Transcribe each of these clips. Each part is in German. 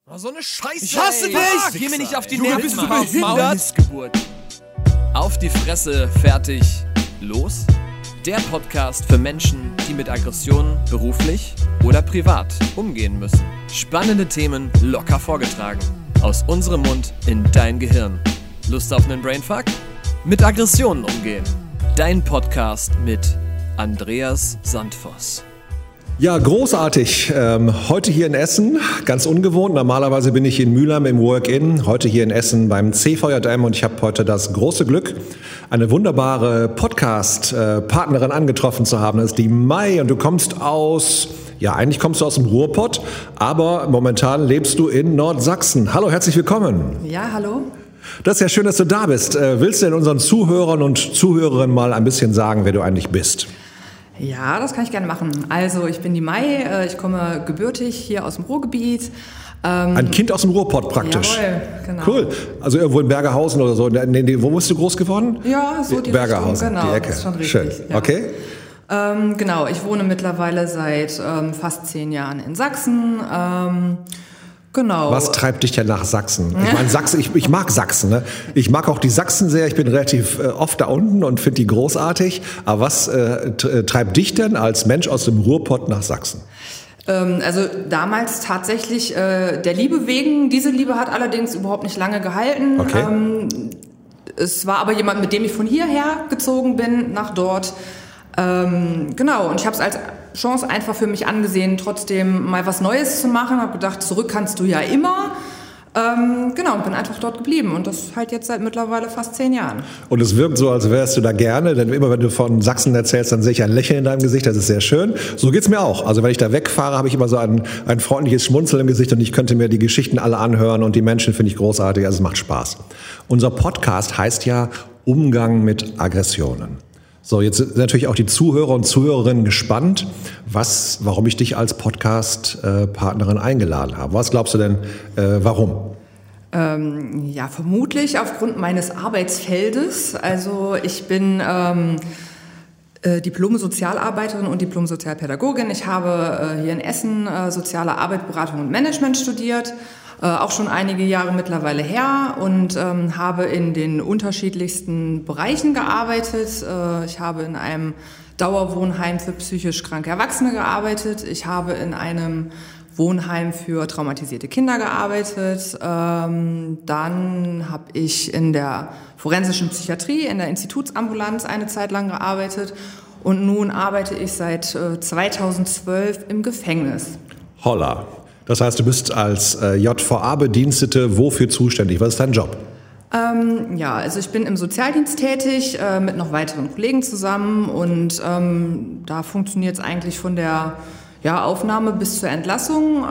Oh, so eine Scheiße. Ich hasse ey. dich! Geh mir nicht auf die Junge, Nerven, bist du Mann. behindert? Missgeburt. Auf die Fresse, fertig, los? Der Podcast für Menschen, die mit Aggressionen beruflich oder privat umgehen müssen. Spannende Themen locker vorgetragen. Aus unserem Mund in dein Gehirn. Lust auf einen Brainfuck? Mit Aggressionen umgehen. Dein Podcast mit Andreas Sandvoss. Ja, großartig. Heute hier in Essen, ganz ungewohnt. Normalerweise bin ich in Mülheim im Work-In, heute hier in Essen beim CVJM und ich habe heute das große Glück, eine wunderbare Podcast-Partnerin angetroffen zu haben. Das ist die Mai und du kommst aus, ja eigentlich kommst du aus dem Ruhrpott, aber momentan lebst du in Nordsachsen. Hallo, herzlich willkommen. Ja, hallo. Das ist ja schön, dass du da bist. Willst du denn unseren Zuhörern und Zuhörerinnen mal ein bisschen sagen, wer du eigentlich bist? Ja, das kann ich gerne machen. Also ich bin die Mai, ich komme gebürtig hier aus dem Ruhrgebiet. Ein Kind aus dem Ruhrpott praktisch. Jawohl, genau. Cool. Also irgendwo in Bergerhausen oder so. Nee, wo bist du groß geworden? Ja, so die Bergerhausen, Richtung, genau, die Ecke. das ist schon richtig. Schön. Ja. Okay. Genau, ich wohne mittlerweile seit fast 10 Jahren in Sachsen. Genau. Was treibt dich denn nach Sachsen? Ich meine, Sachsen, ich mag Sachsen. Ne? Ich mag auch die Sachsen sehr. Ich bin relativ oft da unten und finde die großartig. Aber was treibt dich denn als Mensch aus dem Ruhrpott nach Sachsen? Also damals tatsächlich der Liebe wegen. Diese Liebe hat allerdings überhaupt nicht lange gehalten. Okay. Es war aber jemand, mit dem ich von hierher gezogen bin, nach dort. Genau, und ich habe es als Chance einfach für mich angesehen, trotzdem mal was Neues zu machen. Habe gedacht, zurück kannst du ja immer. Genau, und bin einfach dort geblieben. Und das halt jetzt seit mittlerweile fast 10 Jahren. Und es wirkt so, als wärst du da gerne. Denn immer, wenn du von Sachsen erzählst, dann sehe ich ein Lächeln in deinem Gesicht. Das ist sehr schön. So geht's mir auch. Also wenn ich da wegfahre, habe ich immer so ein freundliches Schmunzeln im Gesicht. Und ich könnte mir die Geschichten alle anhören. Und die Menschen finde ich großartig. Also es macht Spaß. Unser Podcast heißt ja Umgang mit Aggressionen. So, jetzt sind natürlich auch die Zuhörer und Zuhörerinnen gespannt, warum ich dich als Podcast-Partnerin eingeladen habe. Was glaubst du denn, warum? Ja, vermutlich aufgrund meines Arbeitsfeldes. Also ich bin Diplom-Sozialarbeiterin und Diplom-Sozialpädagogin. Ich habe hier in Essen Soziale Arbeit, Beratung und Management studiert. Auch schon einige Jahre mittlerweile her und habe in den unterschiedlichsten Bereichen gearbeitet. Ich habe in einem Dauerwohnheim für psychisch kranke Erwachsene gearbeitet. Ich habe in einem Wohnheim für traumatisierte Kinder gearbeitet. Dann habe ich in der forensischen Psychiatrie, in der Institutsambulanz eine Zeit lang gearbeitet. Und nun arbeite ich seit 2012 im Gefängnis. Holla. Das heißt, du bist als JVA-Bedienstete wofür zuständig? Was ist dein Job? Ja, also ich bin im Sozialdienst tätig, mit noch weiteren Kollegen zusammen und da funktioniert es eigentlich von der Aufnahme bis zur Entlassung.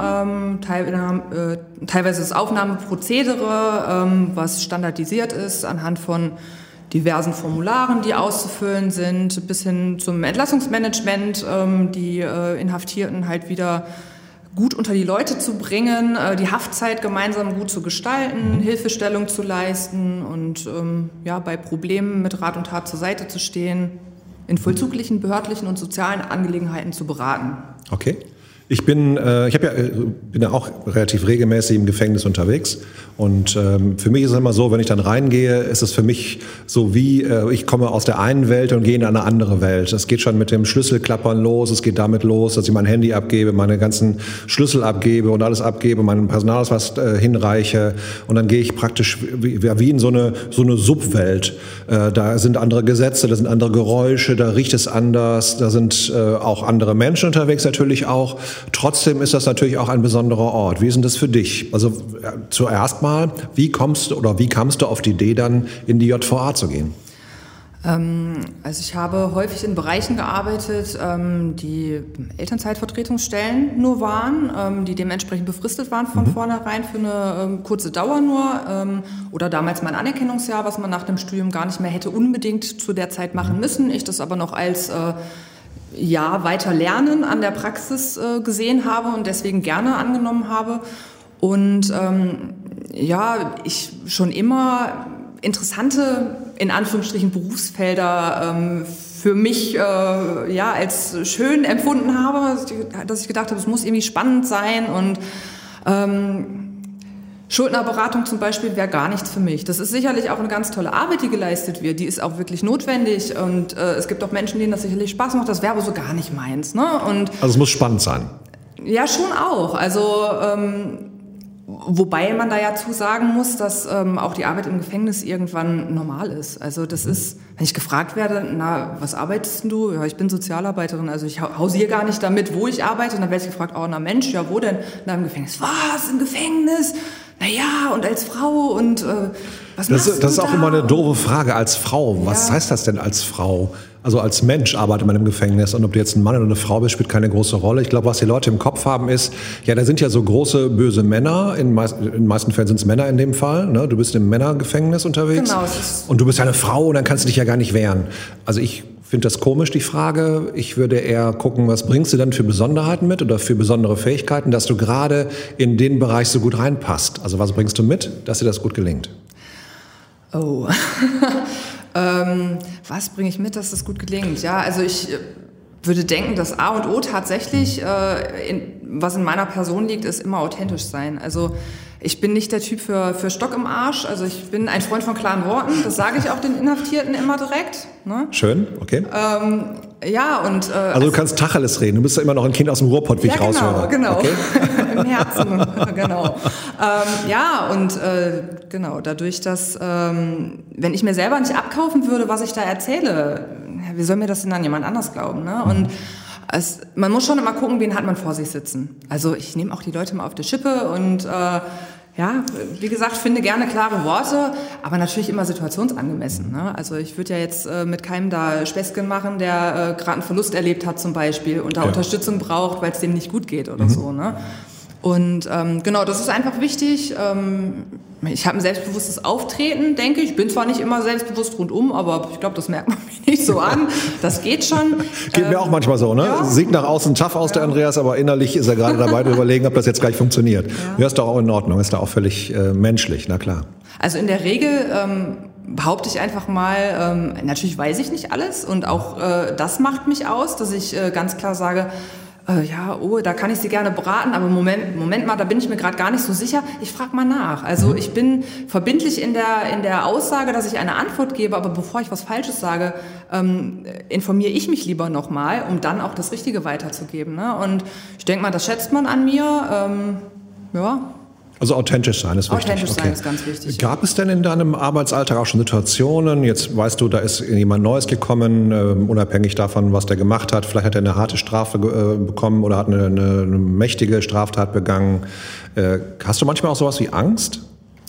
Teilweise das Aufnahmeprozedere, was standardisiert ist anhand von diversen Formularen, die auszufüllen sind, bis hin zum Entlassungsmanagement, die Inhaftierten halt wieder gut unter die Leute zu bringen, die Haftzeit gemeinsam gut zu gestalten, Hilfestellung zu leisten und bei Problemen mit Rat und Tat zur Seite zu stehen, in vollzuglichen, behördlichen und sozialen Angelegenheiten zu beraten. Okay. Ich bin ja auch relativ regelmäßig im Gefängnis unterwegs und für mich ist es immer so, wenn ich dann reingehe, ist es für mich so wie, ich komme aus der einen Welt und gehe in eine andere Welt. Es geht schon mit dem Schlüsselklappern los, es geht damit los, dass ich mein Handy abgebe, meine ganzen Schlüssel abgebe und alles abgebe, meinen Personalausweis hinreiche und dann gehe ich praktisch wie in so eine Subwelt. Da sind andere Gesetze, da sind andere Geräusche, da riecht es anders, da sind auch andere Menschen unterwegs natürlich auch. Trotzdem ist das natürlich auch ein besonderer Ort. Wie ist denn das für dich? Also zuerst mal, wie kamst du auf die Idee, dann in die JVA zu gehen? Also ich habe häufig in Bereichen gearbeitet, die Elternzeitvertretungsstellen nur waren, die dementsprechend befristet waren von vornherein für eine kurze Dauer nur oder damals mein Anerkennungsjahr, was man nach dem Studium gar nicht mehr hätte unbedingt zu der Zeit machen müssen. Ich das aber noch als weiter lernen an der Praxis gesehen habe und deswegen gerne angenommen habe. Und ich schon immer interessante, in Anführungsstrichen, Berufsfelder für mich als schön empfunden habe, dass ich gedacht habe, es muss irgendwie spannend sein und Schuldnerberatung zum Beispiel wäre gar nichts für mich. Das ist sicherlich auch eine ganz tolle Arbeit, die geleistet wird. Die ist auch wirklich notwendig und es gibt auch Menschen, denen das sicherlich Spaß macht. Das wäre aber so gar nicht meins. Ne? Und also es muss spannend sein. Ja, schon auch. Also wobei man da ja zu sagen muss, dass auch die Arbeit im Gefängnis irgendwann normal ist. Also das ist, wenn ich gefragt werde, na, was arbeitest du? Ja, ich bin Sozialarbeiterin, also ich hausiere gar nicht damit, wo ich arbeite. Und dann werde ich gefragt, oh, na Mensch, ja, wo denn? Na, im Gefängnis. Was, im Gefängnis? Naja, und als Frau und was machst du Das ist auch da? immer eine doofe Frage als Frau. Was heißt das denn als Frau? Also als Mensch arbeitet man im Gefängnis und ob du jetzt ein Mann oder eine Frau bist, spielt keine große Rolle. Ich glaube, was die Leute im Kopf haben ist, ja, da sind ja so große, böse Männer. In den meisten Fällen sind es Männer in dem Fall. Ne? Du bist im Männergefängnis unterwegs. Genau. Und du bist ja eine Frau und dann kannst du dich ja gar nicht wehren. Also ich finde das komisch, die Frage. Ich würde eher gucken, was bringst du denn für Besonderheiten mit oder für besondere Fähigkeiten, dass du gerade in den Bereich so gut reinpasst. Also was bringst du mit, dass dir das gut gelingt? Oh, was bringe ich mit, dass das gut gelingt? Ja, also ich würde denken, dass A und O tatsächlich, was in meiner Person liegt, ist immer authentisch sein. Also ich bin nicht der Typ für Stock im Arsch. Also ich bin ein Freund von klaren Worten. Das sage ich auch den Inhaftierten immer direkt. Ne? Schön, okay. Ja, und also du kannst Tacheles reden. Du bist ja immer noch ein Kind aus dem Ruhrpott, wie ich raushöre. Genau, okay? Im Herzen, genau. Ja, und genau, dadurch, dass, wenn ich mir selber nicht abkaufen würde, was ich da erzähle, wie soll mir das denn dann jemand anders glauben? Ne? Und man muss schon immer gucken, wen hat man vor sich sitzen. Also ich nehme auch die Leute mal auf die Schippe und ja, wie gesagt, finde gerne klare Worte, aber natürlich immer situationsangemessen. Ne? Also ich würde ja jetzt mit keinem da Späßchen machen, der gerade einen Verlust erlebt hat zum Beispiel und da Unterstützung braucht, weil es dem nicht gut geht oder so. Ne? Und genau, das ist einfach wichtig. Ich habe ein selbstbewusstes Auftreten, denke ich. Ich bin zwar nicht immer selbstbewusst rundum, aber ich glaube, das merkt man mir nicht so an. Das geht schon. Geht mir auch manchmal so, ne? Ja. Sieht nach außen tough aus, der Andreas, aber innerlich ist er gerade dabei zu überlegen, ob das jetzt gleich funktioniert. Ja, ist doch auch in Ordnung, ist da auch völlig menschlich, na klar. Also in der Regel behaupte ich einfach mal, natürlich weiß ich nicht alles und auch das macht mich aus, dass ich ganz klar sage, ja, oh, da kann ich Sie gerne beraten, aber Moment mal, da bin ich mir gerade gar nicht so sicher. Ich frage mal nach. Also ich bin verbindlich in der Aussage, dass ich eine Antwort gebe, aber bevor ich was Falsches sage, informiere ich mich lieber nochmal, um dann auch das Richtige weiterzugeben. Ne? Und ich denke mal, das schätzt man an mir. Ja. Also authentisch sein ist wichtig. Authentisch sein ist ganz wichtig. Gab es denn in deinem Arbeitsalltag auch schon Situationen, jetzt weißt du, da ist jemand Neues gekommen, unabhängig davon, was der gemacht hat, vielleicht hat er eine harte Strafe bekommen oder hat eine mächtige Straftat begangen. Hast du manchmal auch sowas wie Angst?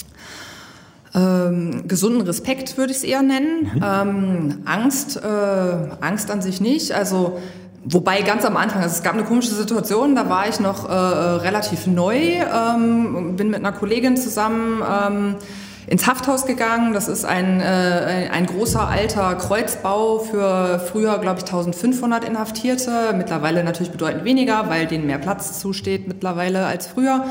Gesunden Respekt würde ich es eher nennen. Angst an sich nicht. Also wobei ganz am Anfang, also es gab eine komische Situation, da war ich noch relativ neu, bin mit einer Kollegin zusammen ins Hafthaus gegangen. Das ist ein großer alter Kreuzbau für früher, glaube ich, 1500 Inhaftierte. Mittlerweile natürlich bedeutend weniger, weil denen mehr Platz zusteht mittlerweile als früher.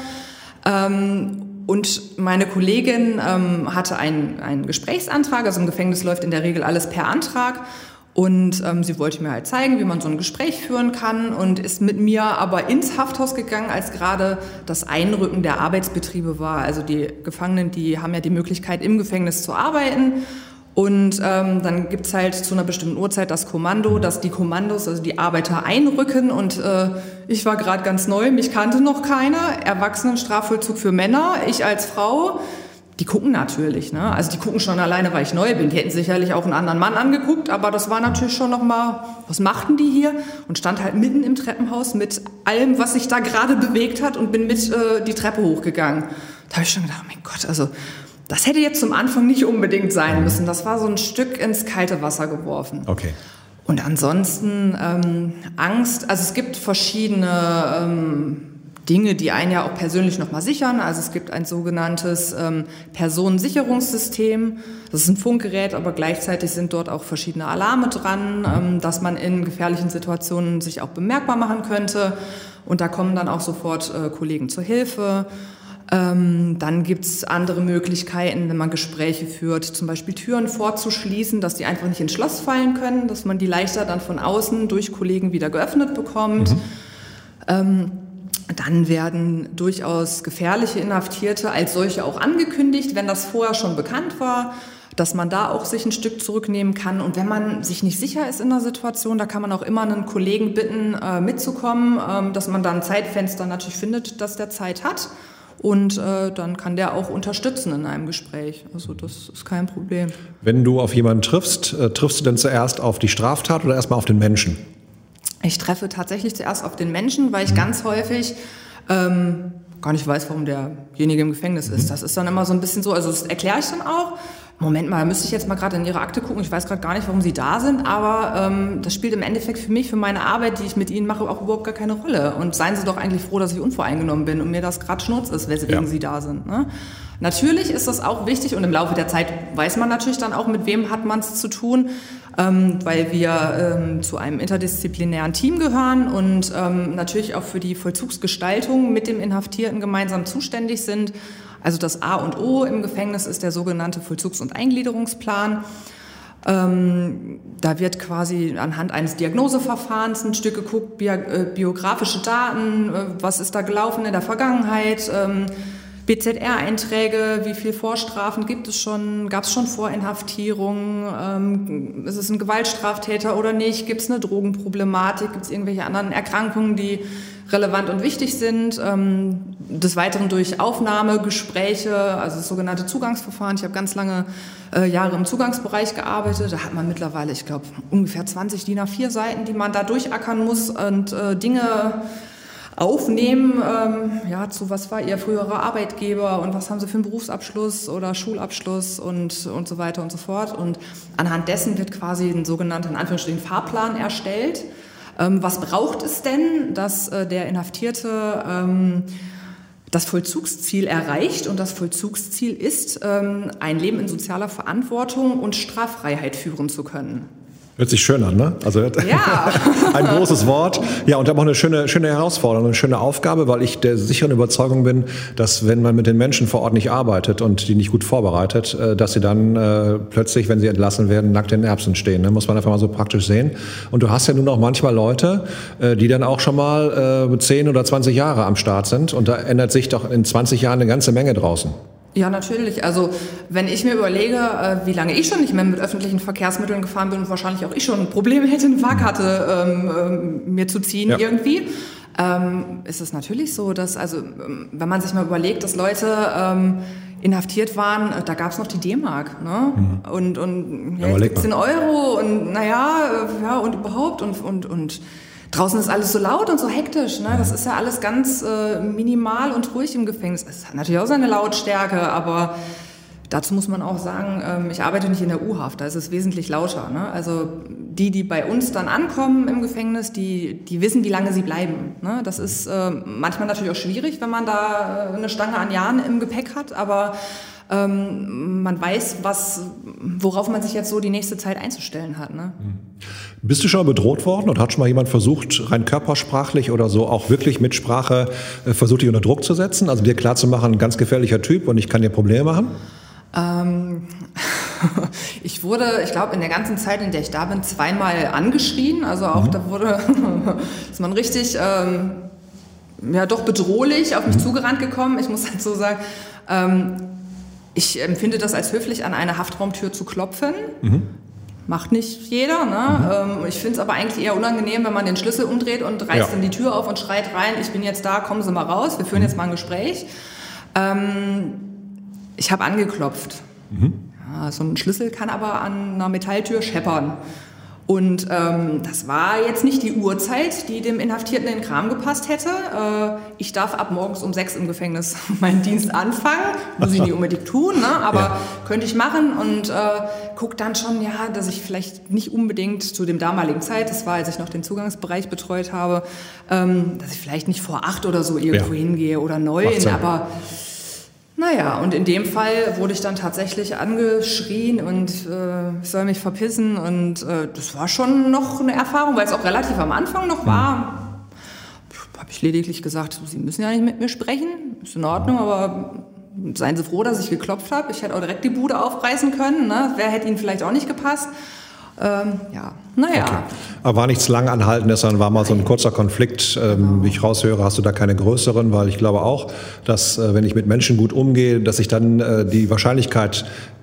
Und meine Kollegin hatte einen Gesprächsantrag, also im Gefängnis läuft in der Regel alles per Antrag. Und sie wollte mir halt zeigen, wie man so ein Gespräch führen kann und ist mit mir aber ins Hafthaus gegangen, als gerade das Einrücken der Arbeitsbetriebe war. Also die Gefangenen, die haben ja die Möglichkeit, im Gefängnis zu arbeiten. Und dann gibt's halt zu einer bestimmten Uhrzeit das Kommando, dass die Kommandos, also die Arbeiter einrücken. Und ich war gerade ganz neu, mich kannte noch keiner. Erwachsenenstrafvollzug für Männer, ich als Frau. Die gucken natürlich, ne? Also die gucken schon alleine, weil ich neu bin. Die hätten sicherlich auch einen anderen Mann angeguckt, aber das war natürlich schon nochmal, was machten die hier? Und stand halt mitten im Treppenhaus mit allem, was sich da gerade bewegt hat und bin mit die Treppe hochgegangen. Da habe ich schon gedacht, oh mein Gott, also das hätte jetzt zum Anfang nicht unbedingt sein müssen. Das war so ein Stück ins kalte Wasser geworfen. Okay. Und ansonsten Angst, also es gibt verschiedene Dinge, die einen ja auch persönlich nochmal sichern. Also es gibt ein sogenanntes Personensicherungssystem. Das ist ein Funkgerät, aber gleichzeitig sind dort auch verschiedene Alarme dran, dass man in gefährlichen Situationen sich auch bemerkbar machen könnte. Und da kommen dann auch sofort Kollegen zur Hilfe. Dann gibt's andere Möglichkeiten, wenn man Gespräche führt, zum Beispiel Türen vorzuschließen, dass die einfach nicht ins Schloss fallen können, dass man die leichter dann von außen durch Kollegen wieder geöffnet bekommt. Dann werden durchaus gefährliche Inhaftierte als solche auch angekündigt, wenn das vorher schon bekannt war, dass man da auch sich ein Stück zurücknehmen kann. Und wenn man sich nicht sicher ist in der Situation, da kann man auch immer einen Kollegen bitten, mitzukommen, dass man dann ein Zeitfenster natürlich findet, dass der Zeit hat. Und dann kann der auch unterstützen in einem Gespräch. Also das ist kein Problem. Wenn du auf jemanden triffst du denn zuerst auf die Straftat oder erstmal auf den Menschen? Ich treffe tatsächlich zuerst auf den Menschen, weil ich ganz häufig gar nicht weiß, warum derjenige im Gefängnis ist. Das ist dann immer so ein bisschen so, also das erkläre ich dann auch. Moment mal, da müsste ich jetzt mal gerade in Ihre Akte gucken. Ich weiß gerade gar nicht, warum Sie da sind, aber das spielt im Endeffekt für mich, für meine Arbeit, die ich mit Ihnen mache, auch überhaupt gar keine Rolle. Und seien Sie doch eigentlich froh, dass ich unvoreingenommen bin und mir das gerade Schnurz ist, weswegen Sie da sind. Ne? Natürlich ist das auch wichtig und im Laufe der Zeit weiß man natürlich dann auch, mit wem hat man es zu tun, weil wir zu einem interdisziplinären Team gehören und natürlich auch für die Vollzugsgestaltung mit dem Inhaftierten gemeinsam zuständig sind. Also das A und O im Gefängnis ist der sogenannte Vollzugs- und Eingliederungsplan. Da wird quasi anhand eines Diagnoseverfahrens ein Stück geguckt, biografische Daten, was ist da gelaufen in der Vergangenheit, BZR-Einträge, wie viel Vorstrafen gibt es schon, gab es schon Vorinhaftierung, ist es ein Gewaltstraftäter oder nicht, gibt es eine Drogenproblematik, gibt es irgendwelche anderen Erkrankungen, die relevant und wichtig sind. Des Weiteren durch Aufnahmegespräche, also das sogenannte Zugangsverfahren. Ich habe ganz lange Jahre im Zugangsbereich gearbeitet. Da hat man mittlerweile, ich glaube, ungefähr 20 DIN A4 Seiten, die man da durchackern muss und Dinge aufnehmen, zu was war Ihr früherer Arbeitgeber und was haben Sie für einen Berufsabschluss oder Schulabschluss und so weiter und so fort. Und anhand dessen wird quasi ein sogenannter, in Anführungsstrichen, Fahrplan erstellt. Was braucht es denn, dass der Inhaftierte das Vollzugsziel erreicht? Und das Vollzugsziel ist, ein Leben in sozialer Verantwortung und Straffreiheit führen zu können. Hört sich schön an, ne? Also ja. Ein großes Wort. Ja, und auch eine schöne Herausforderung, eine schöne Aufgabe, weil ich der sicheren Überzeugung bin, dass wenn man mit den Menschen vor Ort nicht arbeitet und die nicht gut vorbereitet, dass sie dann plötzlich, wenn sie entlassen werden, nackt in den Erbsen stehen. Ne? Muss man einfach mal so praktisch sehen. Und du hast ja nun auch manchmal Leute, die dann auch schon mal 10 oder 20 Jahre am Start sind. Und da ändert sich doch in 20 Jahren eine ganze Menge draußen. Ja, natürlich. Also wenn ich mir überlege, wie lange ich schon nicht mehr mit öffentlichen Verkehrsmitteln gefahren bin und wahrscheinlich auch ich schon ein Problem hätte, eine Fahrkarte mir zu ziehen irgendwie, ist es natürlich so, dass, also wenn man sich mal überlegt, dass Leute inhaftiert waren, da gab es noch die D-Mark, ne? Und ja, 17 Euro und und überhaupt und draußen ist alles so laut und so hektisch, ne? Das ist ja alles ganz minimal und ruhig im Gefängnis. Es hat natürlich auch seine Lautstärke, aber dazu muss man auch sagen, ich arbeite nicht in der U-Haft, da ist es wesentlich lauter, ne? Also die bei uns dann ankommen im Gefängnis, die wissen, wie lange sie bleiben, ne? Das ist manchmal natürlich auch schwierig, wenn man da eine Stange an Jahren im Gepäck hat, aber man weiß, worauf man sich jetzt so die nächste Zeit einzustellen hat. Ne? Bist du schon mal bedroht worden oder hat schon mal jemand versucht, rein körpersprachlich oder so auch wirklich mit Sprache versucht, dich unter Druck zu setzen? Also dir klarzumachen, ein ganz gefährlicher Typ und ich kann dir Probleme machen? Ich wurde, ich glaube, in der ganzen Zeit, in der ich da bin, 2-mal angeschrien. Also auch da ist man richtig doch bedrohlich auf mich zugerannt gekommen. Ich muss halt so sagen, ich empfinde das als höflich, an eine Haftraumtür zu klopfen. Macht nicht jeder. Ne? Ich finde es aber eigentlich eher unangenehm, wenn man den Schlüssel umdreht und reißt dann die Tür auf und schreit rein, ich bin jetzt da, kommen Sie mal raus, wir führen jetzt mal ein Gespräch. Ich habe angeklopft. Ja, so ein Schlüssel kann aber an einer Metalltür scheppern. Und das war jetzt nicht die Uhrzeit, die dem Inhaftierten in den Kram gepasst hätte. Ich darf ab morgens um 6 im Gefängnis meinen Dienst anfangen. Muss ich nicht unbedingt tun, ne? Aber könnte ich machen. Und gucke dann schon, dass ich vielleicht nicht unbedingt zu dem damaligen Zeit, das war, als ich noch den Zugangsbereich betreut habe, dass ich vielleicht nicht vor 8 oder so irgendwo hingehe oder 9, aber... Naja, und in dem Fall wurde ich dann tatsächlich angeschrien und ich soll mich verpissen und das war schon noch eine Erfahrung, weil es auch relativ am Anfang noch war. Habe ich lediglich gesagt, Sie müssen ja nicht mit mir sprechen, ist in Ordnung, aber seien Sie froh, dass ich geklopft habe. Ich hätte auch direkt die Bude aufreißen können, ne? Wer hätte Ihnen vielleicht auch nicht gepasst. Okay. Aber war nichts lang anhaltendes, sondern war mal so ein kurzer Konflikt. Wie ich raushöre, hast du da keine größeren, weil ich glaube auch, dass wenn ich mit Menschen gut umgehe, dass sich dann die Wahrscheinlichkeit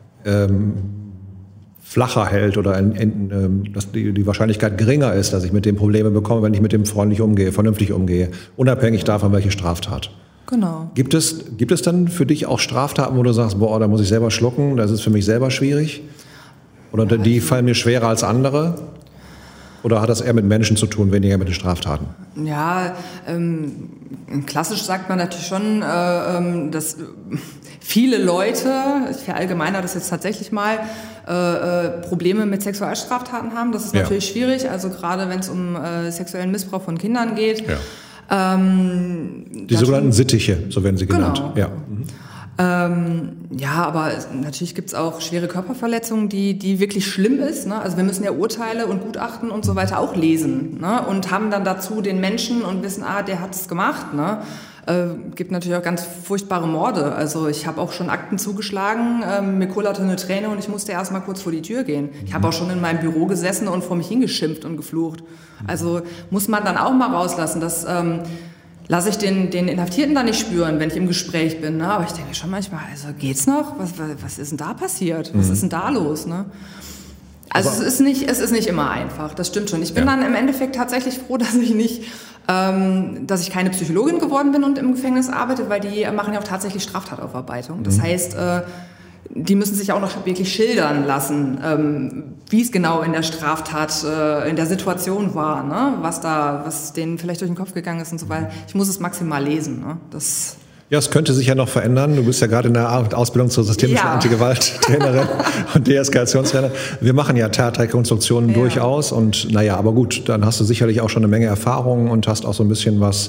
flacher hält oder dass die Wahrscheinlichkeit geringer ist, dass ich mit dem Probleme bekomme, wenn ich mit dem freundlich umgehe, vernünftig umgehe, unabhängig davon, welche Straftat. Genau. Gibt es dann für dich auch Straftaten, wo du sagst, boah, da muss ich selber schlucken, das ist für mich selber schwierig? Oder die fallen mir schwerer als andere? Oder hat das eher mit Menschen zu tun, weniger mit den Straftaten? Ja, klassisch sagt man natürlich schon, dass viele Leute, ich verallgemeiner das jetzt tatsächlich mal, Probleme mit Sexualstraftaten haben. Das ist natürlich schwierig, also gerade wenn es um sexuellen Missbrauch von Kindern geht. Ja. Die sogenannten Sittiche, so werden sie genannt. Genau. Ja. Ja, aber natürlich gibt's auch schwere Körperverletzungen, die wirklich schlimm ist. Ne? Also wir müssen ja Urteile und Gutachten und so weiter auch lesen, ne? Und haben dann dazu den Menschen und wissen, der hat es gemacht. Ne? Gibt natürlich auch ganz furchtbare Morde. Also ich habe auch schon Akten zugeschlagen, mir kullerte eine Träne und ich musste erst mal kurz vor die Tür gehen. Ich habe auch schon in meinem Büro gesessen und vor mich hingeschimpft und geflucht. Also muss man dann auch mal rauslassen, dass lasse ich den Inhaftierten da nicht spüren, wenn ich im Gespräch bin. Ne? Aber ich denke schon manchmal, also geht's noch? Was ist denn da passiert? Was ist denn da los? Ne? Also es ist nicht immer einfach, das stimmt schon. Ich bin dann im Endeffekt tatsächlich froh, dass ich keine Psychologin geworden bin und im Gefängnis arbeite, weil die machen ja auch tatsächlich Straftataufarbeitung. Das heißt, die müssen sich auch noch wirklich schildern lassen, wie es genau in der Straftat, in der Situation war, ne? Was denen vielleicht durch den Kopf gegangen ist und so weiter. Ich muss es maximal lesen. Ne? Ja, es könnte sich ja noch verändern. Du bist ja gerade in der Ausbildung zur systemischen Antigewalttrainerin und Deeskalationstrainerin. Wir machen ja Tatrekonstruktionen durchaus und aber gut, dann hast du sicherlich auch schon eine Menge Erfahrung und hast auch so ein bisschen was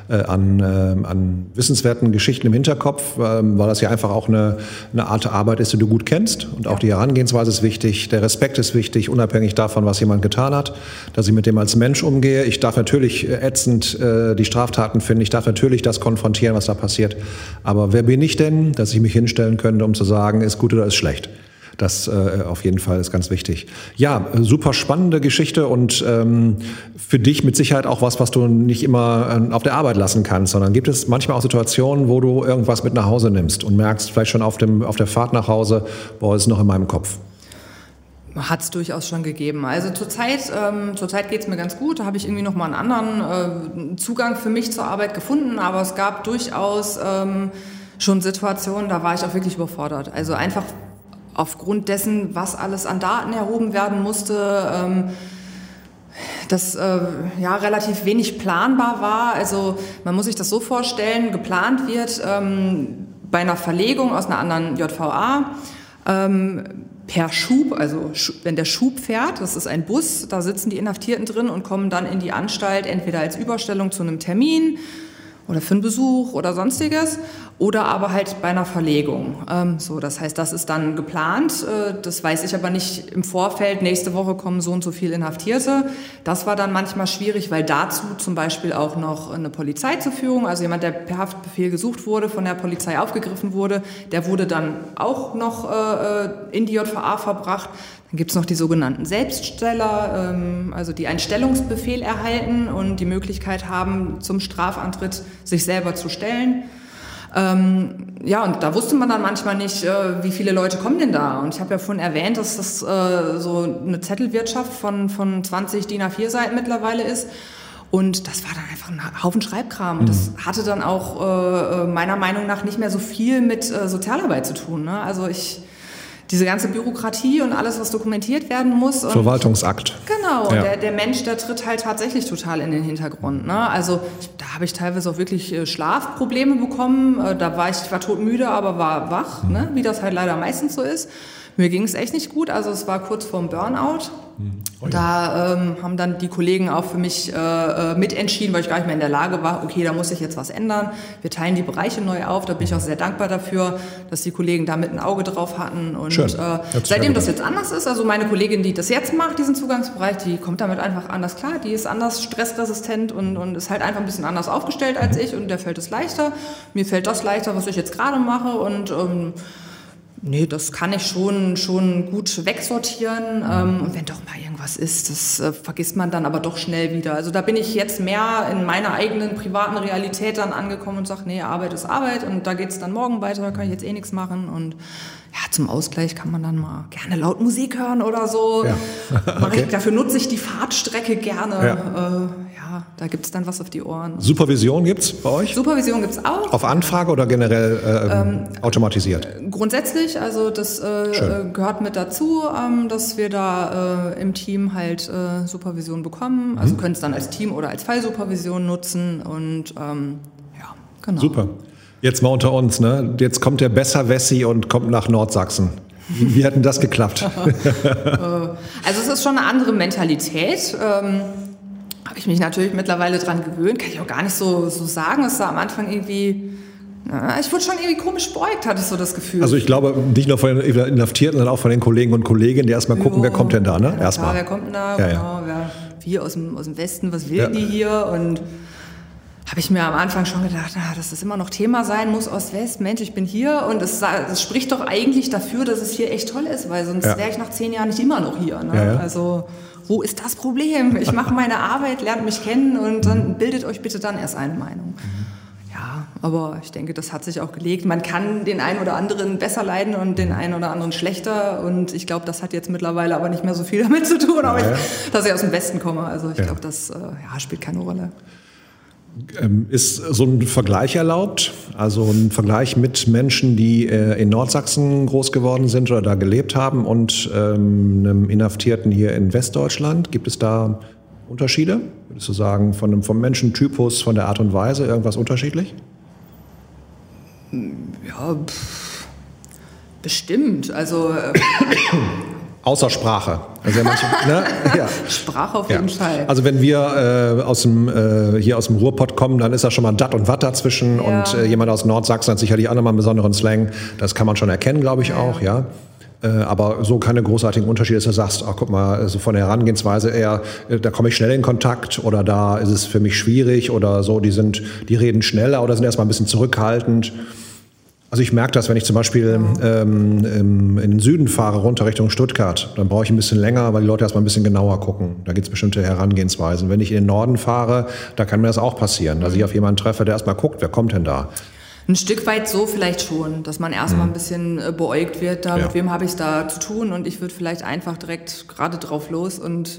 an wissenswerten Geschichten im Hinterkopf, weil das ja einfach auch eine Art Arbeit ist, die du gut kennst und auch die Herangehensweise ist wichtig, der Respekt ist wichtig, unabhängig davon, was jemand getan hat, dass ich mit dem als Mensch umgehe. Ich darf natürlich ätzend die Straftaten finden, ich darf natürlich das konfrontieren, was da passiert. Aber wer bin ich denn, dass ich mich hinstellen könnte, um zu sagen, ist gut oder ist schlecht? Das auf jeden Fall ist ganz wichtig. Ja, super spannende Geschichte und für dich mit Sicherheit auch was du nicht immer auf der Arbeit lassen kannst, sondern gibt es manchmal auch Situationen, wo du irgendwas mit nach Hause nimmst und merkst vielleicht schon auf der Fahrt nach Hause, ist noch in meinem Kopf. Hat es durchaus schon gegeben. Also zurzeit geht es mir ganz gut. Da habe ich irgendwie noch mal einen anderen Zugang für mich zur Arbeit gefunden. Aber es gab durchaus schon Situationen, da war ich auch wirklich überfordert. Also einfach aufgrund dessen, was alles an Daten erhoben werden musste, das relativ wenig planbar war. Also man muss sich das so vorstellen, geplant wird bei einer Verlegung aus einer anderen JVA per Schub, also wenn der Schub fährt, das ist ein Bus, da sitzen die Inhaftierten drin und kommen dann in die Anstalt, entweder als Überstellung zu einem Termin oder für einen Besuch oder sonstiges oder aber halt bei einer Verlegung. Das heißt, das ist dann geplant, das weiß ich aber nicht im Vorfeld, nächste Woche kommen so und so viele Inhaftierte. Das war dann manchmal schwierig, weil dazu zum Beispiel auch noch eine Polizei zur Verfügung, also jemand, der per Haftbefehl gesucht wurde, von der Polizei aufgegriffen wurde, der wurde dann auch noch in die JVA verbracht. Dann gibt es noch die sogenannten Selbststeller, also die einen Stellungsbefehl erhalten und die Möglichkeit haben, zum Strafantritt sich selber zu stellen. Und da wusste man dann manchmal nicht, wie viele Leute kommen denn da. Und ich habe ja vorhin erwähnt, dass das so eine Zettelwirtschaft von 20 DIN A4-Seiten mittlerweile ist. Und das war dann einfach ein Haufen Schreibkram. Und das hatte dann auch meiner Meinung nach nicht mehr so viel mit Sozialarbeit zu tun. Ne? Also diese ganze Bürokratie und alles, was dokumentiert werden muss. Und Verwaltungsakt. Genau, und der Mensch, der tritt halt tatsächlich total in den Hintergrund. Ne? Also da habe ich teilweise auch wirklich Schlafprobleme bekommen. Ich war todmüde, aber war wach, ne? Wie das halt leider meistens so ist. Mir ging es echt nicht gut, also es war kurz vorm Burnout. Da haben dann die Kollegen auch für mich mitentschieden, weil ich gar nicht mehr in der Lage war, okay, da muss ich jetzt was ändern. Wir teilen die Bereiche neu auf, da bin ich auch sehr dankbar dafür, dass die Kollegen da mit ein Auge drauf hatten. Und seitdem das jetzt anders ist, also meine Kollegin, die das jetzt macht, diesen Zugangsbereich, die kommt damit einfach anders klar, die ist anders stressresistent und ist halt einfach ein bisschen anders aufgestellt als ich und der fällt es leichter. Mir fällt das leichter, was ich jetzt gerade mache und Nee, das kann ich schon gut wegsortieren. Und wenn doch mal irgendwas ist, das vergisst man dann aber doch schnell wieder. Also da bin ich jetzt mehr in meiner eigenen privaten Realität dann angekommen und sage, nee, Arbeit ist Arbeit und da geht's dann morgen weiter, da kann ich jetzt eh nichts machen. Und ja, zum Ausgleich kann man dann mal gerne laut Musik hören oder so. Ja. Okay. Dafür nutze ich die Fahrtstrecke gerne. Da gibt's dann was auf die Ohren. Supervision gibt's bei euch? Supervision gibt's auch. Auf Anfrage oder generell automatisiert? Grundsätzlich, also das gehört mit dazu, dass wir da im Team halt Supervision bekommen. Also können es dann als Team oder als Fallsupervision nutzen und genau. Super. Jetzt mal unter uns, ne? Jetzt kommt der Besserwessi und kommt nach Nordsachsen. Wie hat denn das geklappt? Also es ist schon eine andere Mentalität. Habe ich mich natürlich mittlerweile dran gewöhnt, kann ich auch gar nicht so sagen. Es war am Anfang irgendwie, ich wurde schon irgendwie komisch beäugt, hatte ich so das Gefühl. Also ich glaube, nicht nur von den Inhaftierten, sondern auch von den Kollegen und Kolleginnen, die erstmal gucken, wer kommt denn da, ne? Erstmal. Wer kommt denn da, genau. Wir aus dem Westen, was will die hier? Und habe ich mir am Anfang schon gedacht, dass das immer noch Thema sein muss, Ost-West, Mensch, ich bin hier. Und das spricht doch eigentlich dafür, dass es hier echt toll ist, weil sonst wäre ich nach 10 Jahren nicht immer noch hier. Ne? Also wo ist das Problem? Ich mache meine Arbeit, lernt mich kennen und dann bildet euch bitte dann erst eine Meinung. Ja, aber ich denke, das hat sich auch gelegt. Man kann den einen oder anderen besser leiden und den einen oder anderen schlechter. Und ich glaube, das hat jetzt mittlerweile aber nicht mehr so viel damit zu tun, dass ich aus dem Westen komme. Also ich glaube, das spielt keine Rolle. Ist so ein Vergleich erlaubt? Also ein Vergleich mit Menschen, die in Nordsachsen groß geworden sind oder da gelebt haben und einem Inhaftierten hier in Westdeutschland? Gibt es da Unterschiede? Würdest du sagen, vom Menschentypus, von der Art und Weise irgendwas unterschiedlich? Ja, bestimmt. Also außer Sprache. Also Sprache auf jeden Fall. Also wenn wir hier aus dem Ruhrpott kommen, dann ist da schon mal Dat und Watt dazwischen und jemand aus Nordsachsen hat sicherlich auch nochmal einen besonderen Slang. Das kann man schon erkennen, glaube ich auch, ja. Aber so keine großartigen Unterschiede, dass du sagst, guck mal, so von der Herangehensweise eher, da komme ich schnell in Kontakt oder da ist es für mich schwierig oder so, die reden schneller oder sind erstmal ein bisschen zurückhaltend. Also ich merke das, wenn ich zum Beispiel in den Süden fahre, runter Richtung Stuttgart, dann brauche ich ein bisschen länger, weil die Leute erstmal ein bisschen genauer gucken. Da gibt es bestimmte Herangehensweisen. Wenn ich in den Norden fahre, da kann mir das auch passieren, dass ich auf jemanden treffe, der erstmal guckt, wer kommt denn da? Ein Stück weit so vielleicht schon, dass man erstmal ein bisschen beäugt wird, mit wem habe ich es da zu tun und ich würde vielleicht einfach direkt gerade drauf los und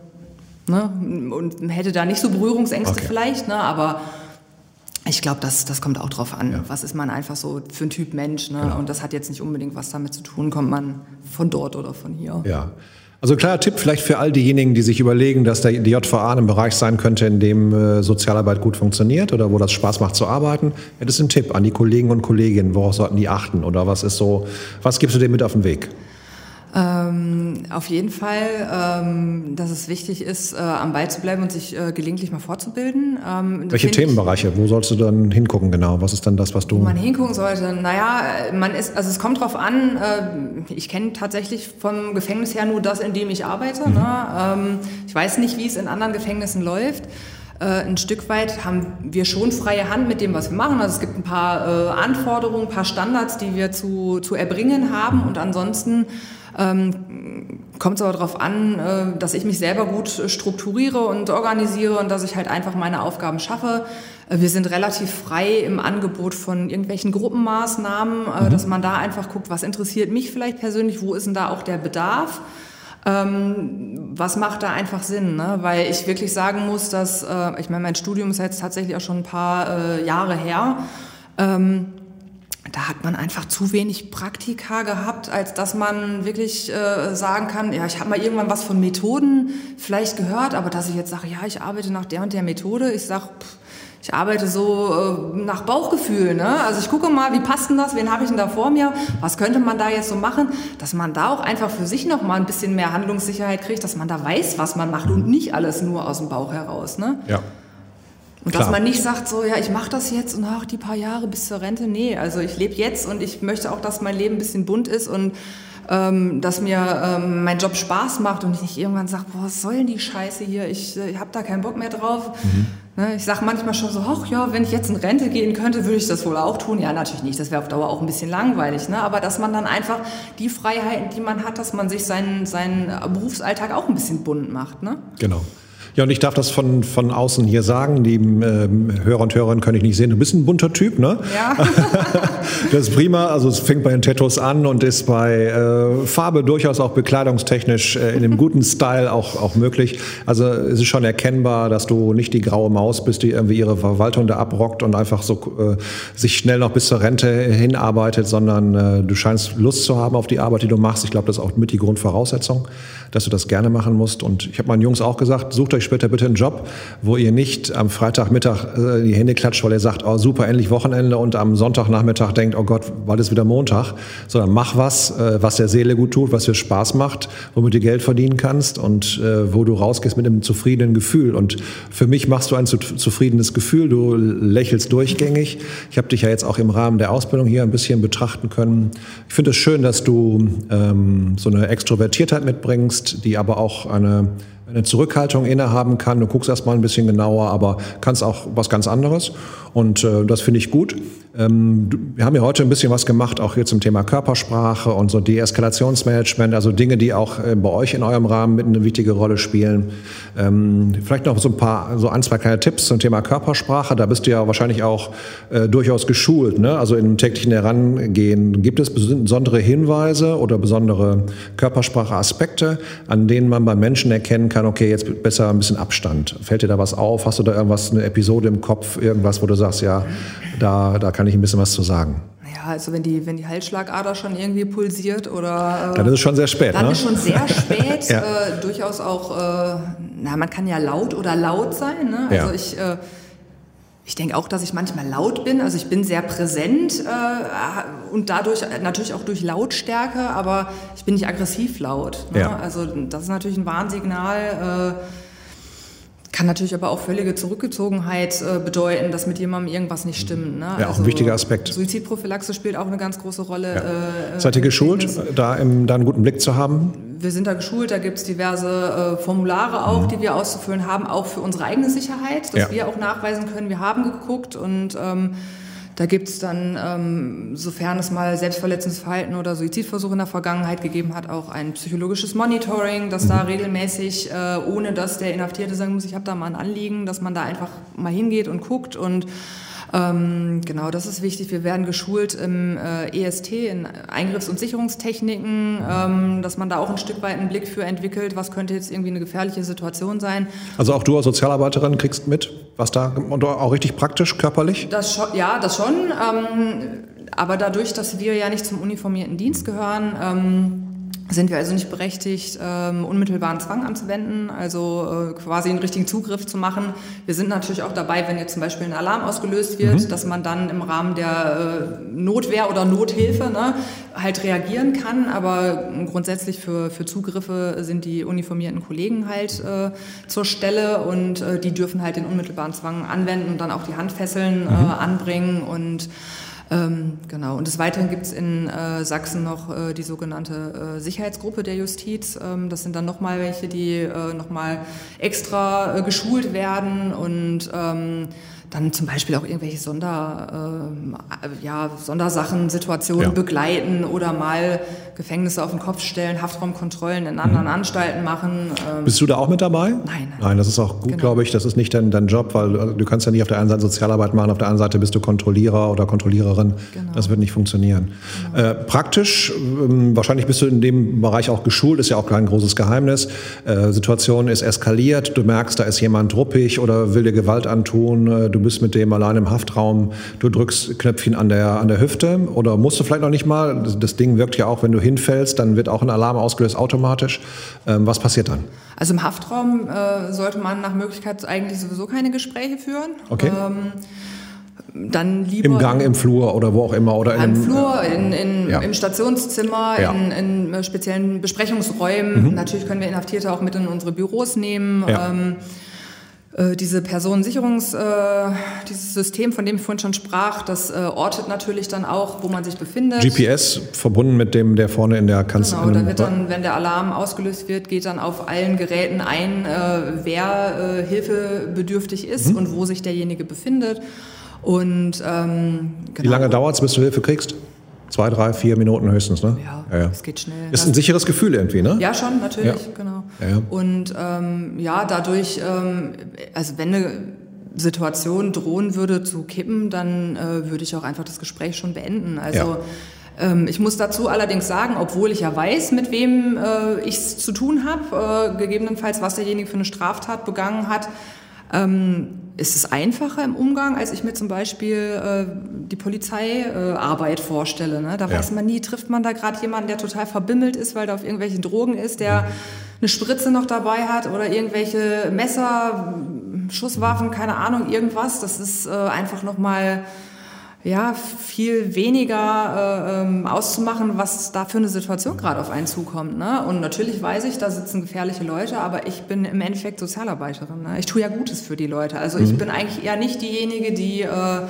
hätte da nicht so Berührungsängste vielleicht, aber ich glaube, das kommt auch drauf an. Was ist man einfach so für ein Typ Mensch? Ne? Genau. Und das hat jetzt nicht unbedingt was damit zu tun, kommt man von dort oder von hier. Ja. Also ein kleiner Tipp vielleicht für all diejenigen, die sich überlegen, dass die JVA ein Bereich sein könnte, in dem Sozialarbeit gut funktioniert oder wo das Spaß macht zu arbeiten. Ja, das ist ein Tipp an die Kollegen und Kolleginnen. Worauf sollten die achten? Oder was gibst du denen mit auf den Weg? Auf jeden Fall, dass es wichtig ist, am Ball zu bleiben und sich gelegentlich mal fortbilden. Welche Themenbereiche? Wo sollst du dann hingucken genau? Was ist dann das, was du... Wo man hingucken sollte? Naja, es kommt drauf an. Ich kenne tatsächlich vom Gefängnis her nur das, in dem ich arbeite. Ne? Ich weiß nicht, wie es in anderen Gefängnissen läuft. Ein Stück weit haben wir schon freie Hand mit dem, was wir machen. Also es gibt ein paar Anforderungen, ein paar Standards, die wir zu erbringen haben. Und ansonsten kommt es aber darauf an, dass ich mich selber gut strukturiere und organisiere und dass ich halt einfach meine Aufgaben schaffe. Wir sind relativ frei im Angebot von irgendwelchen Gruppenmaßnahmen, dass man da einfach guckt, was interessiert mich vielleicht persönlich, wo ist denn da auch der Bedarf. Was macht da einfach Sinn, ne? Weil ich wirklich sagen muss, dass, ich meine, mein Studium ist jetzt tatsächlich auch schon ein paar Jahre her, da hat man einfach zu wenig Praktika gehabt, als dass man wirklich sagen kann, ja, ich habe mal irgendwann was von Methoden vielleicht gehört, aber dass ich jetzt sage, ja, ich arbeite nach der und der Methode, ich sage, ich arbeite so nach Bauchgefühl, ne? Also ich gucke mal, wie passt denn das, wen habe ich denn da vor mir, was könnte man da jetzt so machen, dass man da auch einfach für sich noch mal ein bisschen mehr Handlungssicherheit kriegt, dass man da weiß, was man macht und nicht alles nur aus dem Bauch heraus, ne? Ja. Und dass man nicht sagt, so, ja, ich mache das jetzt und die paar Jahre bis zur Rente. Nee, also ich lebe jetzt und ich möchte auch, dass mein Leben ein bisschen bunt ist und dass mir mein Job Spaß macht und ich nicht irgendwann sage, boah, was soll denn die Scheiße hier, ich habe da keinen Bock mehr drauf. Ich sage manchmal schon so, ach ja, wenn ich jetzt in Rente gehen könnte, würde ich das wohl auch tun. Ja, natürlich nicht, das wäre auf Dauer auch ein bisschen langweilig. Ne? Aber dass man dann einfach die Freiheiten, die man hat, dass man sich seinen Berufsalltag auch ein bisschen bunt macht. Ne? Genau. Ja, und ich darf das von außen hier sagen, die Hörer und Hörerinnen können ich nicht sehen. Du bist ein bunter Typ, ne? Ja. Das ist prima, also es fängt bei den Tattoos an und ist bei Farbe durchaus auch bekleidungstechnisch in einem guten Style auch möglich. Also es ist schon erkennbar, dass du nicht die graue Maus bist, die irgendwie ihre Verwaltung da abrockt und einfach so sich schnell noch bis zur Rente hinarbeitet, sondern du scheinst Lust zu haben auf die Arbeit, die du machst. Ich glaube, das ist auch mit die Grundvoraussetzung, dass du das gerne machen musst. Und ich habe meinen Jungs auch gesagt, sucht euch später bitte einen Job, wo ihr nicht am Freitagmittag die Hände klatscht, weil ihr sagt, oh super, endlich Wochenende, und am Sonntagnachmittag denkt, oh Gott, bald ist wieder Montag, sondern mach was der Seele gut tut, was dir Spaß macht, womit du Geld verdienen kannst und wo du rausgehst mit einem zufriedenen Gefühl. Und für mich machst du ein zufriedenes Gefühl, du lächelst durchgängig. Ich habe dich ja jetzt auch im Rahmen der Ausbildung hier ein bisschen betrachten können. Ich finde es schön, dass du so eine Extrovertiertheit mitbringst, die aber auch eine Zurückhaltung innehaben kann. Du guckst erst mal ein bisschen genauer, aber kannst auch was ganz anderes. Und das finde ich gut. Wir haben ja heute ein bisschen was gemacht, auch hier zum Thema Körpersprache und so Deeskalationsmanagement, also Dinge, die auch bei euch in eurem Rahmen mit eine wichtige Rolle spielen. Vielleicht noch so ein, zwei kleine Tipps zum Thema Körpersprache. Da bist du ja wahrscheinlich auch durchaus geschult, ne? Also im täglichen Herangehen. Gibt es besondere Hinweise oder besondere Körpersprache-Aspekte, an denen man bei Menschen erkennen kann, okay, jetzt besser ein bisschen Abstand? Fällt dir da was auf? Hast du da irgendwas, eine Episode im Kopf, irgendwas, wo du sagst, ja, da kann ich ein bisschen was zu sagen? Ja, also wenn die Halsschlagader schon irgendwie pulsiert oder... dann ist es schon sehr spät, dann ne? ist schon sehr spät. Ja. Durchaus auch, man kann ja laut oder laut sein. Ne? Also ja. Ich denke auch, dass ich manchmal laut bin. Also ich bin sehr präsent und dadurch natürlich auch durch Lautstärke, aber ich bin nicht aggressiv laut. Ne? Ja. Also das ist natürlich ein Warnsignal. Kann natürlich aber auch völlige Zurückgezogenheit bedeuten, dass mit jemandem irgendwas nicht stimmt. Ne? Ja, auch ein wichtiger Aspekt. Suizidprophylaxe spielt auch eine ganz große Rolle. Ja. Seid ihr geschult, da einen guten Blick zu haben? Wir sind da geschult, da gibt es diverse Formulare auch, die wir auszufüllen haben, auch für unsere eigene Sicherheit, dass wir auch nachweisen können, wir haben geguckt und da gibt es dann, sofern es mal selbstverletzendes Verhalten oder Suizidversuche in der Vergangenheit gegeben hat, auch ein psychologisches Monitoring, dass da regelmäßig, ohne dass der Inhaftierte sagen muss, ich habe da mal ein Anliegen, dass man da einfach mal hingeht und guckt und genau, das ist wichtig. Wir werden geschult im EST, in Eingriffs- und Sicherungstechniken, dass man da auch ein Stück weit einen Blick für entwickelt, was könnte jetzt irgendwie eine gefährliche Situation sein. Also auch du als Sozialarbeiterin kriegst mit, was da, und auch richtig praktisch, körperlich? Das schon. Aber dadurch, dass wir ja nicht zum uniformierten Dienst gehören, sind wir also nicht berechtigt, unmittelbaren Zwang anzuwenden, also quasi einen richtigen Zugriff zu machen. Wir sind natürlich auch dabei, wenn jetzt zum Beispiel ein Alarm ausgelöst wird, dass man dann im Rahmen der Notwehr oder Nothilfe halt reagieren kann. Aber grundsätzlich für Zugriffe sind die uniformierten Kollegen halt zur Stelle und die dürfen halt den unmittelbaren Zwang anwenden und dann auch die Handfesseln anbringen und genau. Und des Weiteren gibt es in Sachsen noch die sogenannte Sicherheitsgruppe der Justiz. Das sind dann nochmal welche, die nochmal extra geschult werden und dann zum Beispiel auch irgendwelche Sondersachen, Situationen begleiten oder mal Gefängnisse auf den Kopf stellen, Haftraumkontrollen in anderen Anstalten machen. Bist du da auch mit dabei? Nein. Nein, das ist auch gut, glaube ich. Das ist nicht dein Job, weil du kannst ja nicht auf der einen Seite Sozialarbeit machen, auf der anderen Seite bist du Kontrollierer oder Kontrolliererin. Genau. Das wird nicht funktionieren. Genau. Praktisch, wahrscheinlich bist du in dem Bereich auch geschult, ist ja auch kein großes Geheimnis. Situation ist eskaliert, du merkst, da ist jemand ruppig oder will dir Gewalt antun, du bist mit dem allein im Haftraum, du drückst Knöpfchen an der Hüfte oder musst du vielleicht noch nicht mal. Das Ding wirkt ja auch, wenn du hinfällst, dann wird auch ein Alarm ausgelöst automatisch. Was passiert dann? Also im Haftraum sollte man nach Möglichkeit eigentlich sowieso keine Gespräche führen. Okay. Dann lieber im Gang, im Flur oder wo auch immer. Oder im Flur, im Stationszimmer, in speziellen Besprechungsräumen. Natürlich können wir Inhaftierte auch mit in unsere Büros nehmen. Dieses System, von dem ich vorhin schon sprach, das ortet natürlich dann auch, wo man sich befindet. GPS verbunden mit dem, der vorne in der Kanzlei. Genau, da wird dann, wenn der Alarm ausgelöst wird, geht dann auf allen Geräten ein, wer hilfebedürftig ist und wo sich derjenige befindet. Und genau. Wie lange dauert es, bis du Hilfe kriegst? 2, 3, 4 Minuten höchstens, ne? Ja, es geht schnell. Ist ein sicheres Gefühl irgendwie, ne? Ja, schon, natürlich, genau. Ja. Und dadurch, also wenn eine Situation drohen würde zu kippen, dann würde ich auch einfach das Gespräch schon beenden. Also ich muss dazu allerdings sagen, obwohl ich ja weiß, mit wem ich es zu tun habe, gegebenenfalls, was derjenige für eine Straftat begangen hat, ist es einfacher im Umgang, als ich mir zum Beispiel die Polizeiarbeit vorstelle. Ne? Da weiß man nie, trifft man da gerade jemanden, der total verbimmelt ist, weil der auf irgendwelchen Drogen ist, der eine Spritze noch dabei hat oder irgendwelche Messer, Schusswaffen, keine Ahnung, irgendwas. Das ist einfach nochmal viel weniger auszumachen, was da für eine Situation gerade auf einen zukommt. Ne? Und natürlich weiß ich, da sitzen gefährliche Leute, aber ich bin im Endeffekt Sozialarbeiterin. Ne? Ich tue ja Gutes für die Leute. Also ich bin eigentlich eher nicht diejenige, die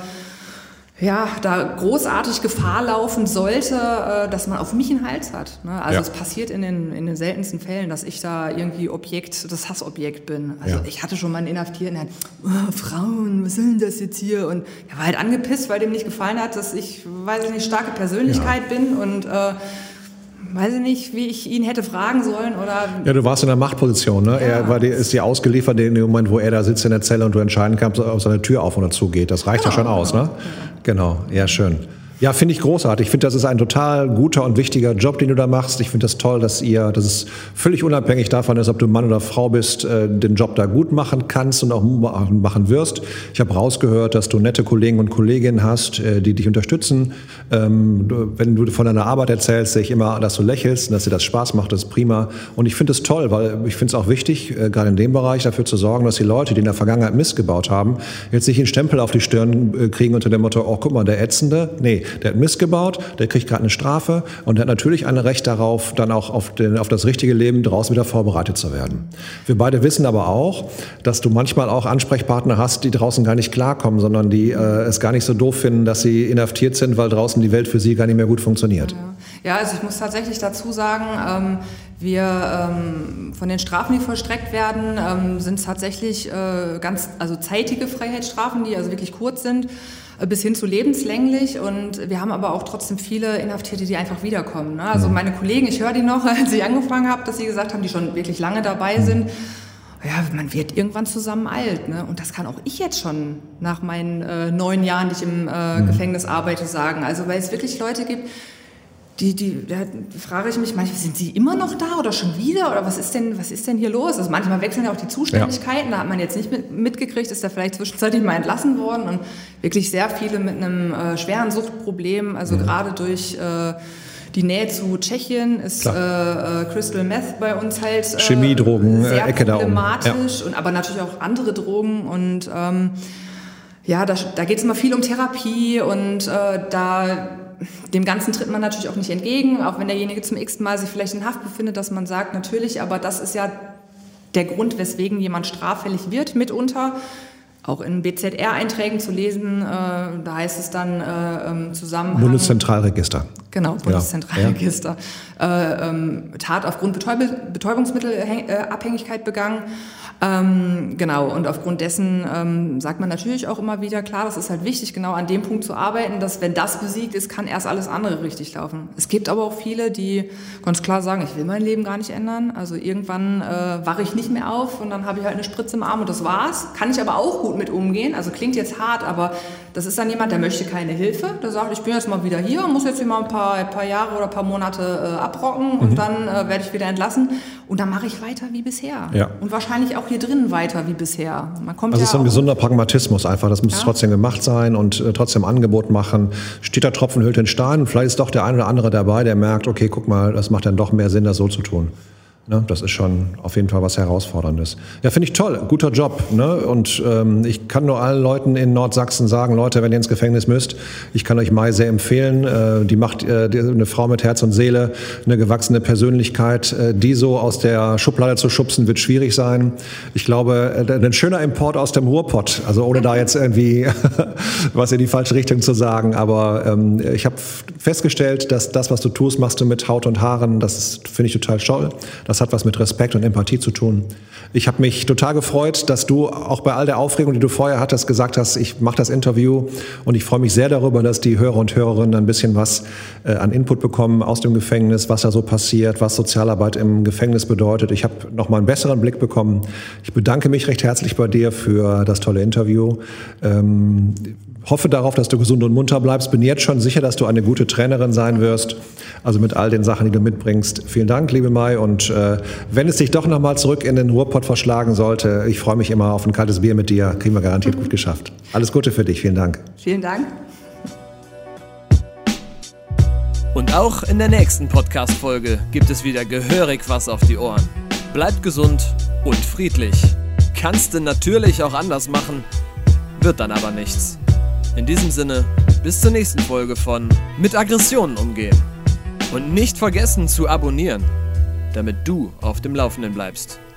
da großartig Gefahr laufen sollte, dass man auf mich einen Hals hat. Ne? Also es passiert in den seltensten Fällen, dass ich da irgendwie das Hassobjekt bin. Also ich hatte schon mal einen Inhaftierten, der hat, Frauen, was soll denn das jetzt hier? Und er war halt angepisst, weil dem nicht gefallen hat, dass ich, starke Persönlichkeit bin und weiß ich nicht, wie ich ihn hätte fragen sollen oder... Ja, du warst in der Machtposition, ne? Ja. Ist dir ausgeliefert in dem Moment, wo er da sitzt in der Zelle und du entscheiden kannst, ob seine Tür auf oder zu geht. Das reicht ja schon aus, ne? Genau, ja, schön. Ja, finde ich großartig. Ich finde, das ist ein total guter und wichtiger Job, den du da machst. Ich finde das toll, dass es völlig unabhängig davon ist, ob du Mann oder Frau bist, den Job da gut machen kannst und auch machen wirst. Ich habe rausgehört, dass du nette Kollegen und Kolleginnen hast, die dich unterstützen. Wenn du von deiner Arbeit erzählst, sehe ich immer, dass du lächelst und dass dir das Spaß macht. Das ist prima. Und ich finde es toll, weil ich finde es auch wichtig, gerade in dem Bereich dafür zu sorgen, dass die Leute, die in der Vergangenheit Mist gebaut haben, jetzt nicht einen Stempel auf die Stirn kriegen unter dem Motto, oh, guck mal, der Ätzende. Nee, der hat Mist gebaut, der kriegt gerade eine Strafe und der hat natürlich ein Recht darauf, dann auch auf das richtige Leben draußen wieder vorbereitet zu werden. Wir beide wissen aber auch, dass du manchmal auch Ansprechpartner hast, die draußen gar nicht klarkommen, sondern die es gar nicht so doof finden, dass sie inhaftiert sind, weil draußen die Welt für sie gar nicht mehr gut funktioniert. Ja, also ich muss tatsächlich dazu sagen, wir von den Strafen, die vollstreckt werden, sind tatsächlich zeitige Freiheitsstrafen, die also wirklich kurz sind, bis hin zu lebenslänglich. Und wir haben aber auch trotzdem viele Inhaftierte, die einfach wiederkommen. Ne? Also meine Kollegen, ich höre die noch, als ich angefangen habe, dass sie gesagt haben, die schon wirklich lange dabei sind. Ja, man wird irgendwann zusammen alt. Ne? Und das kann auch ich jetzt schon nach meinen 9 Jahren, die ich im Gefängnis arbeite, sagen. Also weil es wirklich Leute gibt, da frage ich mich manchmal, sind sie immer noch da oder schon wieder? Oder was ist denn hier los? Also manchmal wechseln ja auch die Zuständigkeiten. Da hat man jetzt nicht mitgekriegt, ist da vielleicht zwischenzeitlich mal entlassen worden. Und wirklich sehr viele mit einem schweren Suchtproblem, also gerade durch die Nähe zu Tschechien ist Crystal Meth bei uns halt Chemiedrogen, sehr Ecke problematisch. Und aber natürlich auch andere Drogen. Und da geht es immer viel um Therapie und dem Ganzen tritt man natürlich auch nicht entgegen, auch wenn derjenige zum x-ten Mal sich vielleicht in Haft befindet, dass man sagt, natürlich, aber das ist ja der Grund, weswegen jemand straffällig wird mitunter. Auch in BZR-Einträgen zu lesen, da heißt es dann Zusammenhang... Bundeszentralregister. Genau, Bundeszentralregister. Ja. Tat aufgrund Betäubungsmittelabhängigkeit begangen. Genau, und aufgrund dessen sagt man natürlich auch immer wieder, klar, das ist halt wichtig, genau an dem Punkt zu arbeiten, dass wenn das besiegt ist, kann erst alles andere richtig laufen. Es gibt aber auch viele, die ganz klar sagen, ich will mein Leben gar nicht ändern, also irgendwann wache ich nicht mehr auf und dann habe ich halt eine Spritze im Arm und das war's. Kann ich aber auch gut mit umgehen, also klingt jetzt hart, aber das ist dann jemand, der möchte keine Hilfe, der sagt, ich bin jetzt mal wieder hier und muss jetzt hier mal ein paar Jahre oder ein paar Monate abrocken und dann werde ich wieder entlassen und dann mache ich weiter wie bisher. Ja. Und wahrscheinlich auch hier drin weiter wie bisher. Das ist so ein gesunder Pragmatismus einfach. Das muss trotzdem gemacht sein und trotzdem Angebot machen. Steht der Tropfen hüllt den Stein und vielleicht ist doch der ein oder andere dabei, der merkt, okay, guck mal, das macht dann doch mehr Sinn, das so zu tun. Ne, das ist schon auf jeden Fall was Herausforderndes. Ja, finde ich toll. Guter Job. Ne? Und ich kann nur allen Leuten in Nordsachsen sagen, Leute, wenn ihr ins Gefängnis müsst, ich kann euch Mai sehr empfehlen. Die macht eine Frau mit Herz und Seele, eine gewachsene Persönlichkeit. Die so aus der Schublade zu schubsen, wird schwierig sein. Ich glaube, ein schöner Import aus dem Ruhrpott. Also ohne da jetzt irgendwie was in die falsche Richtung zu sagen. Aber ich habe festgestellt, dass das, was du tust, machst du mit Haut und Haaren. Das finde ich total toll. Das hat was mit Respekt und Empathie zu tun. Ich habe mich total gefreut, dass du auch bei all der Aufregung, die du vorher hattest, gesagt hast, ich mache das Interview und ich freue mich sehr darüber, dass die Hörer und Hörerinnen ein bisschen was an Input bekommen aus dem Gefängnis, was da so passiert, was Sozialarbeit im Gefängnis bedeutet. Ich habe nochmal einen besseren Blick bekommen. Ich bedanke mich recht herzlich bei dir für das tolle Interview. Hoffe darauf, dass du gesund und munter bleibst. Bin jetzt schon sicher, dass du eine gute Trainerin sein wirst. Also mit all den Sachen, die du mitbringst. Vielen Dank, liebe Mai. Und wenn es dich doch nochmal zurück in den Ruhrpott verschlagen sollte, ich freue mich immer auf ein kaltes Bier mit dir. Kriegen wir garantiert gut geschafft. Alles Gute für dich. Vielen Dank. Vielen Dank. Und auch in der nächsten Podcast-Folge gibt es wieder gehörig was auf die Ohren. Bleibt gesund und friedlich. Kannst du natürlich auch anders machen, wird dann aber nichts. In diesem Sinne, bis zur nächsten Folge von Mit Aggressionen umgehen. Und nicht vergessen zu abonnieren, damit du auf dem Laufenden bleibst.